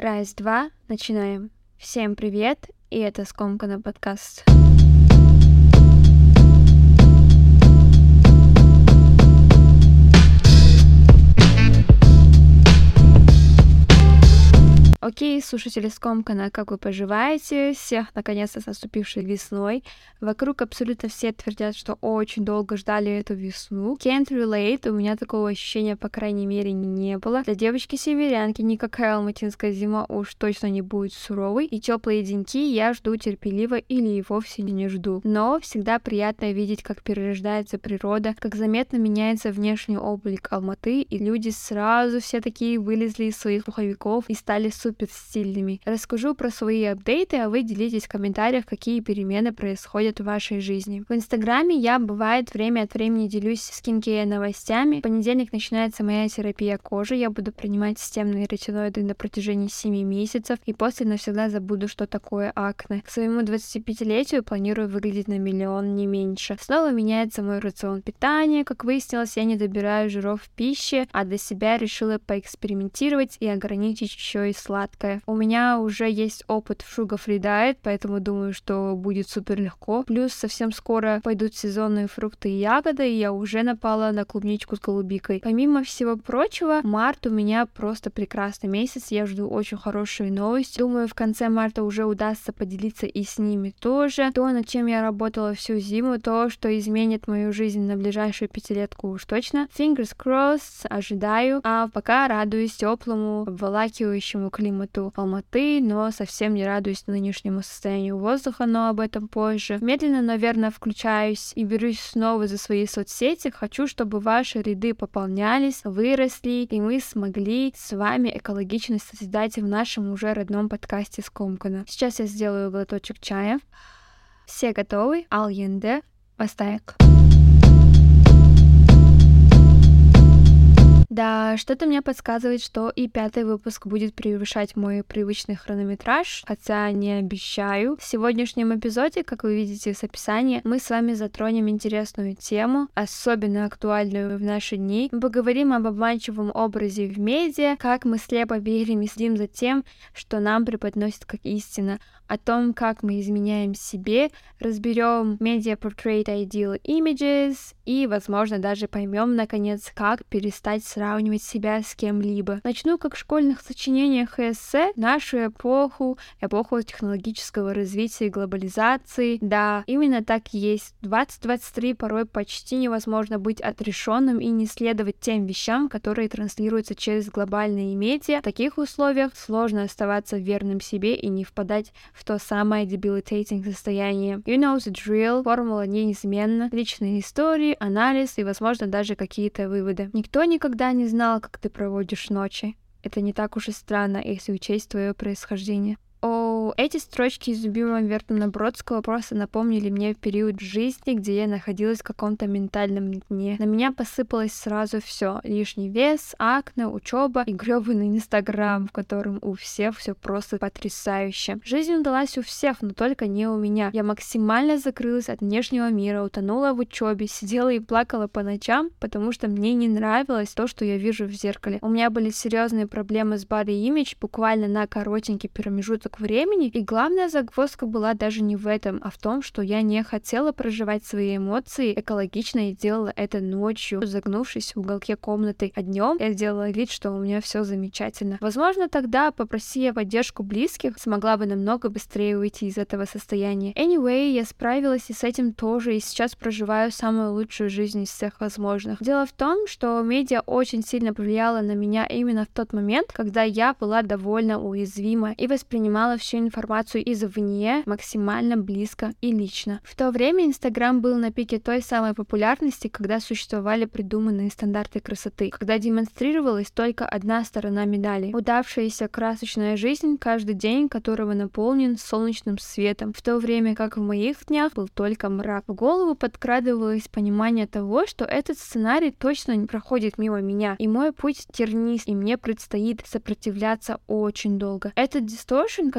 Раз, два, начинаем. Всем привет, и это Скомканно подкаст. Окей, слушатели Скомканно, как вы поживаете? Всех, наконец-то, с наступившей весной. Вокруг абсолютно все твердят, что очень долго ждали эту весну. Can't relate, у меня такого ощущения, по крайней мере, не было. Для девочки-северянки никакая алматинская зима уж точно не будет суровой, и теплые деньки я жду терпеливо или и вовсе не жду. Но всегда приятно видеть, как перерождается природа, как заметно меняется внешний облик Алматы, и люди сразу все такие вылезли из своих пуховиков и стали супер стильными. Расскажу про свои апдейты, а вы делитесь в комментариях, какие перемены происходят в вашей жизни. В Инстаграме я, бывает, время от времени делюсь скинкея новостями. В понедельник начинается моя терапия кожи. Я буду принимать системные ретиноиды на протяжении 7 месяцев, и после навсегда забуду, что такое акне. К своему 25-летию планирую выглядеть на 1 миллион, не меньше. Снова меняется мой рацион питания. Как выяснилось, я не добираю жиров в пище, а для себя решила поэкспериментировать и ограничить еще и сладкое. У меня уже есть опыт в Sugar Free Diet, поэтому думаю, что будет супер легко. Плюс совсем скоро пойдут сезонные фрукты и ягоды, и я уже напала на клубничку с голубикой. Помимо всего прочего, март у меня просто прекрасный месяц, я жду очень хорошие новости. Думаю, в конце марта уже удастся поделиться и с ними тоже. То, над чем я работала всю зиму, то, что изменит мою жизнь на ближайшую 5-летку уж точно. Fingers crossed, ожидаю. А пока радуюсь теплому, обволакивающему климату Алматы, но совсем не радуюсь нынешнему состоянию воздуха, но об этом позже. Медленно, наверное, включаюсь и берусь снова за свои соцсети. Хочу, чтобы ваши ряды пополнялись, выросли, и мы смогли с вами экологичность созидать в нашем уже родном подкасте Скомканно. Сейчас я сделаю глоточек чая. Все готовы? Ал-Янде, Вастаек. Да, что-то мне подсказывает, что и 5-й выпуск будет превышать мой привычный хронометраж, хотя не обещаю. В сегодняшнем эпизоде, как вы видите с описания, мы с вами затронем интересную тему, особенно актуальную в наши дни. Мы поговорим об обманчивом образе в медиа, как мы слепо верим и следим за тем, что нам преподносят как истина, о том, как мы изменяем себе, разберем media portrait ideal images и, возможно, даже поймем, наконец, как перестать сравнивать себя с кем-либо. Начну как в школьных сочинениях и эссе, нашу эпоху технологического развития и глобализации. Да, именно так и есть. В 2023 порой почти невозможно быть отрешенным и не следовать тем вещам, которые транслируются через глобальные медиа. В таких условиях сложно оставаться верным себе и не впадать в то самое debilitating состояние. You know the drill, формула неизменна, личные истории, анализ и, возможно, даже какие-то выводы. Никто никогда не знал, как ты проводишь ночи. Это не так уж и странно, если учесть твое происхождение. Эти строчки из любимого Вертона Бродского просто напомнили мне период жизни, где я находилась в каком-то ментальном дне. На меня посыпалось сразу все: лишний вес, акне, учеба и грёбаный Инстаграм, в котором у всех все просто потрясающе. Жизнь удалась у всех, но только не у меня. Я максимально закрылась от внешнего мира, утонула в учебе, сидела и плакала по ночам, потому что мне не нравилось то, что я вижу в зеркале. У меня были серьезные проблемы с body image буквально на коротенький промежуток времени, и главная загвоздка была даже не в этом, а в том, что я не хотела проживать свои эмоции экологично и делала это ночью, загнувшись в уголке комнаты, а днем я делала вид, что у меня все замечательно. Возможно, тогда, попроси я поддержку близких, смогла бы намного быстрее выйти из этого состояния. Anyway, я справилась и с этим тоже, и сейчас проживаю самую лучшую жизнь из всех возможных. Дело в том, что медиа очень сильно повлияло на меня именно в тот момент, когда я была довольно уязвима и воспринимала всю информацию извне максимально близко и лично. В то время Инстаграм был на пике той самой популярности, когда существовали придуманные стандарты красоты, когда демонстрировалась только одна сторона медали. Удавшаяся красочная жизнь, каждый день которого наполнен солнечным светом, в то время как в моих днях был только мрак. В голову подкрадывалось понимание того, что этот сценарий точно не проходит мимо меня, и мой путь тернист, и мне предстоит сопротивляться очень долго. Этот дисторшн, который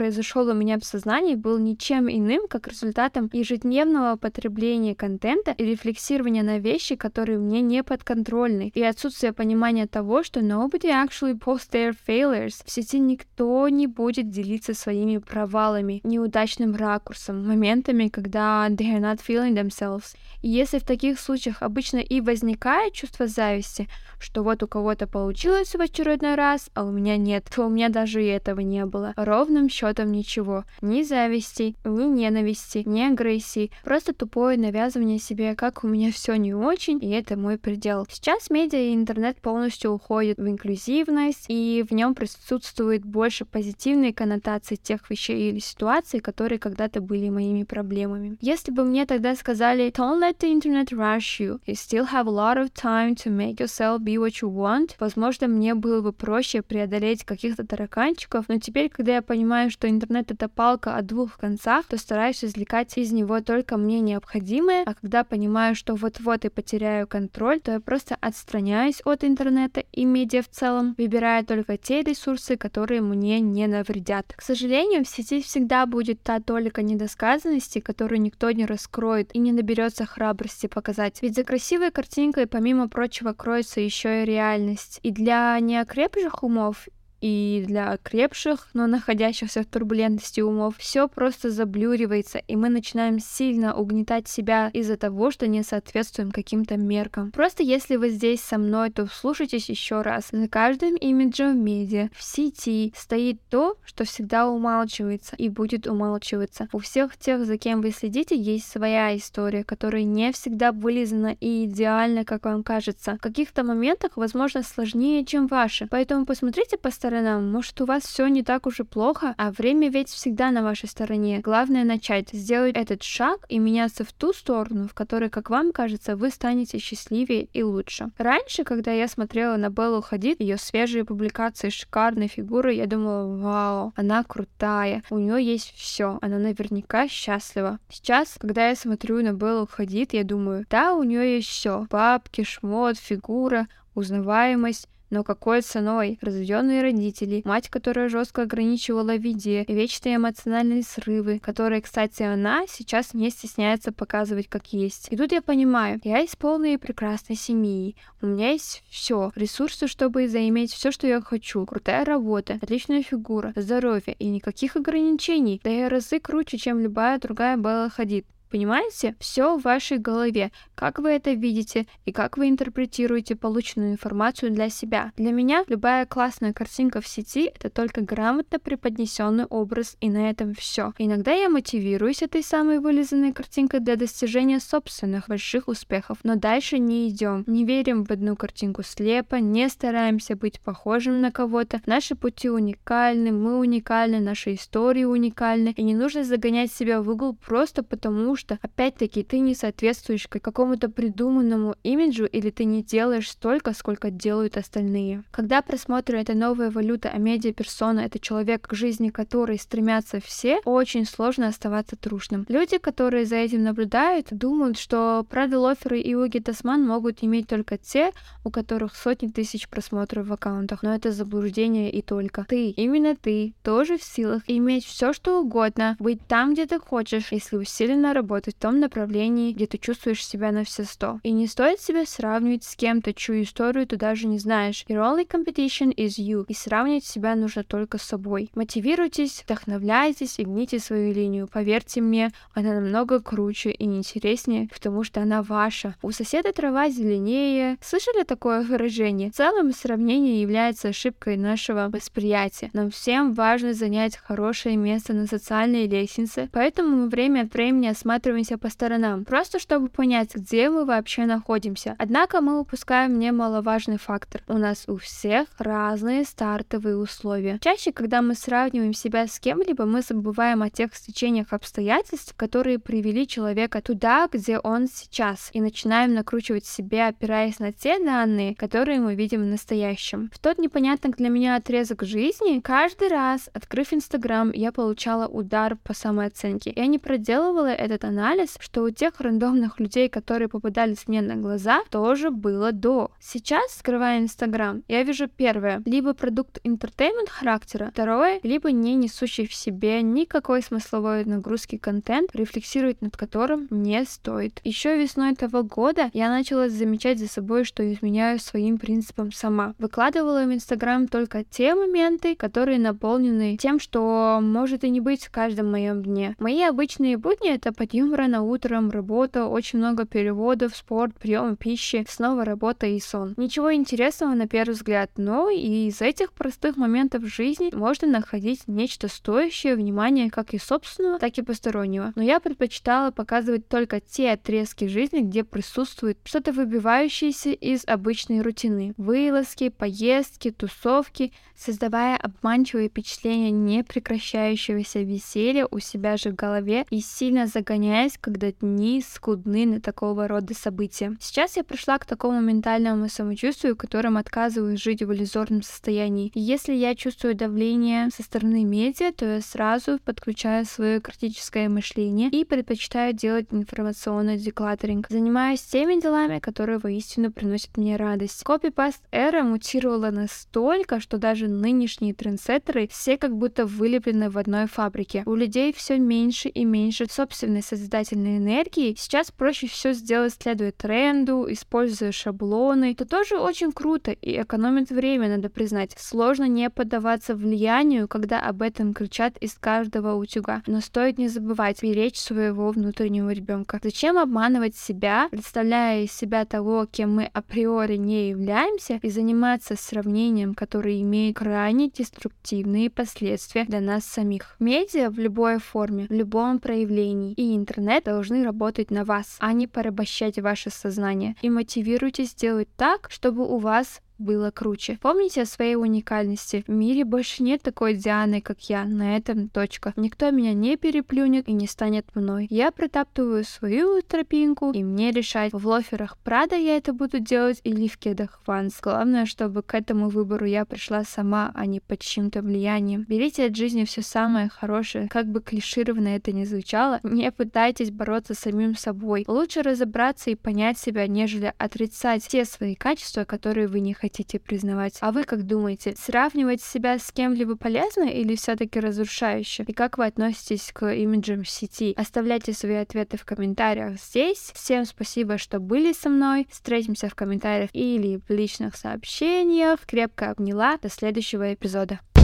произошел у меня в сознании, был ничем иным, как результатом ежедневного потребления контента и рефлексирования на вещи, которые мне не подконтрольны, и отсутствие понимания того, что nobody actually posts their failures. В сети никто не будет делиться своими провалами, неудачным ракурсом, моментами, когда they are not feeling themselves. И если в таких случаях обычно и возникает чувство зависти, что вот у кого-то получилось в очередной раз, а у меня нет, то у меня даже и этого не было. Ровным счетом ничего. Ни зависти, ни ненависти, ни агрессии. Просто тупое навязывание себе, как у меня все не очень, и это мой предел. Сейчас медиа и интернет полностью уходят в инклюзивность, и в нем присутствует больше позитивной коннотации тех вещей или ситуаций, которые когда-то были моими проблемами. Если бы мне тогда сказали "Don't let the internet rush you still have a lot of time to make yourself be what you want", возможно, мне было бы проще преодолеть каких-то тараканчиков, но теперь, когда я понимаю, что интернет — это палка о двух концах, то стараюсь извлекать из него только мне необходимое, а когда понимаю, что вот-вот и потеряю контроль, то я просто отстраняюсь от интернета и медиа в целом, выбирая только те ресурсы, которые мне не навредят. К сожалению, в сети всегда будет та толика недосказанности, которую никто не раскроет и не наберется храбрости показать. Ведь за красивой картинкой, помимо прочего, кроется еще и реальность. И для неокрепших умов, и для окрепших, но находящихся в турбулентности умов, все просто заблюривается, и мы начинаем сильно угнетать себя из-за того, что не соответствуем каким-то меркам. Просто если вы здесь со мной, то вслушайтесь еще раз. За каждым имиджем в медиа, в сети стоит то, что всегда умалчивается и будет умалчиваться. У всех тех, за кем вы следите, есть своя история, которая не всегда вылизана и идеальна, как вам кажется. В каких-то моментах, возможно, сложнее, чем ваши. Поэтому посмотрите по сторонам. Может, у вас все не так уж и плохо, а время ведь всегда на вашей стороне. Главное начать, сделать этот шаг и меняться в ту сторону, в которой, как вам кажется, вы станете счастливее и лучше. Раньше, когда я смотрела на Беллу Хадид, ее свежие публикации шикарной фигуры, я думала: вау, она крутая, у нее есть все, она наверняка счастлива. Сейчас, когда я смотрю на Беллу Хадид, я думаю: да, у нее есть все: бабки, шмот, фигура, узнаваемость. Но какой ценой? Разведенные родители, мать, которая жестко ограничивала в виде, вечные эмоциональные срывы, которые, кстати, она сейчас не стесняется показывать как есть. И тут я понимаю, я из полной и прекрасной семьи, у меня есть все, ресурсы, чтобы заиметь все, что я хочу, крутая работа, отличная фигура, здоровье и никаких ограничений, да и разы круче, чем любая другая Белла Хадид. Понимаете? Все в вашей голове, как вы это видите и как вы интерпретируете полученную информацию для себя. Для меня любая классная картинка в сети — это только грамотно преподнесенный образ, и на этом все. Иногда я мотивируюсь этой самой вылизанной картинкой для достижения собственных больших успехов, но дальше не идем. Не верим в одну картинку слепо, не стараемся быть похожим на кого-то. Наши пути уникальны, мы уникальны, наши истории уникальны, и не нужно загонять себя в угол просто потому, что, опять-таки, ты не соответствуешь какому-то придуманному имиджу или ты не делаешь столько, сколько делают остальные. Когда просмотр — это новая валюта, а медиа-персона — это человек, к жизни которой стремятся все, очень сложно оставаться трушным. Люди, которые за этим наблюдают, думают, что Прадо Лофер и Уги Тасман могут иметь только те, у которых сотни тысяч просмотров в аккаунтах, но это заблуждение и только. Ты, именно ты, тоже в силах иметь все, что угодно, быть там, где ты хочешь, если усиленно работать в том направлении, где ты чувствуешь себя на все 100. И не стоит себя сравнивать с кем-то, чью историю ты даже не знаешь. Your only competition is you. И сравнивать себя нужно только с собой. Мотивируйтесь, вдохновляйтесь и гните свою линию. Поверьте мне, она намного круче и интереснее, потому что она ваша. У соседа трава зеленее. Слышали такое выражение? В целом, сравнение является ошибкой нашего восприятия. Нам всем важно занять хорошее место на социальной лестнице, поэтому мы время от времени осматриваемся по сторонам, просто чтобы понять, где мы вообще находимся. Однако мы упускаем немаловажный фактор. У нас у всех разные стартовые условия. Чаще, когда мы сравниваем себя с кем-либо, мы забываем о тех стечениях обстоятельств, которые привели человека туда, где он сейчас, и начинаем накручивать себя, опираясь на те данные, которые мы видим в настоящем. В тот непонятный для меня отрезок жизни, каждый раз, открыв Инстаграм, я получала удар по самооценке. Я не проделывала этот тот анализ, что у тех рандомных людей, которые попадались мне на глаза, тоже было до. Сейчас, скрывая Инстаграм, я вижу первое, либо продукт entertainment характера, второе, либо не несущий в себе никакой смысловой нагрузки контент, рефлексировать над которым не стоит. Еще весной того года я начала замечать за собой, что изменяю своим принципам сама. Выкладывала в Инстаграм только те моменты, которые наполнены тем, что может и не быть в каждом моем дне. Мои обычные будни — это подъем рано утром, работа, очень много переводов, спорт, прием пищи, снова работа и сон. Ничего интересного на первый взгляд, но и из этих простых моментов жизни можно находить нечто стоящее внимания как и собственного, так и постороннего. Но я предпочитала показывать только те отрезки жизни, где присутствует что-то выбивающееся из обычной рутины. Вылазки, поездки, тусовки, создавая обманчивое впечатление непрекращающегося веселья у себя же в голове и сильно загоняясь, когда дни скудны на такого рода события. Сейчас я пришла к такому ментальному самочувствию, которым отказываюсь жить в иллюзорном состоянии. И если я чувствую давление со стороны медиа, то я сразу подключаю свое критическое мышление и предпочитаю делать информационный деклаттеринг. Занимаюсь теми делами, которые воистину приносят мне радость. Копипаст эра мутировала настолько, что даже нынешние трендсеттеры все как будто вылеплены в одной фабрике. У людей все меньше и меньше собственной созидательной энергии. Сейчас проще все сделать, следуя тренду, используя шаблоны. Это тоже очень круто и экономит время, надо признать. Сложно не поддаваться влиянию, когда об этом кричат из каждого утюга. Но стоит не забывать беречь своего внутреннего ребенка. Зачем обманывать себя, представляя из себя того, кем мы априори не являемся, и заниматься сравнением, которое имеет крайне деструктивные последствия для нас самих. Медиа в любой форме, в любом проявлении и интернет должны работать на вас, а не порабощать ваше сознание. И мотивируйте сделать так, чтобы у вас было круче. Помните о своей уникальности. В мире больше нет такой Дианы, как я. На этом точка. Никто меня не переплюнет и не станет мной. Я протаптываю свою тропинку, и мне решать, в лоферах Прада я это буду делать или в кедах Ванс. Главное, чтобы к этому выбору я пришла сама, а не под чьим-то влиянием. Берите от жизни все самое хорошее. Как бы клишированно это ни звучало, не пытайтесь бороться с самим собой. Лучше разобраться и понять себя, нежели отрицать те свои качества, которые вы не хотите признавать. А вы как думаете, сравнивать себя с кем-либо полезно или все-таки разрушающе? И как вы относитесь к имиджам в сети? Оставляйте свои ответы в комментариях здесь. Всем спасибо, что были со мной. Встретимся в комментариях или в личных сообщениях. Крепко обняла. До следующего эпизода.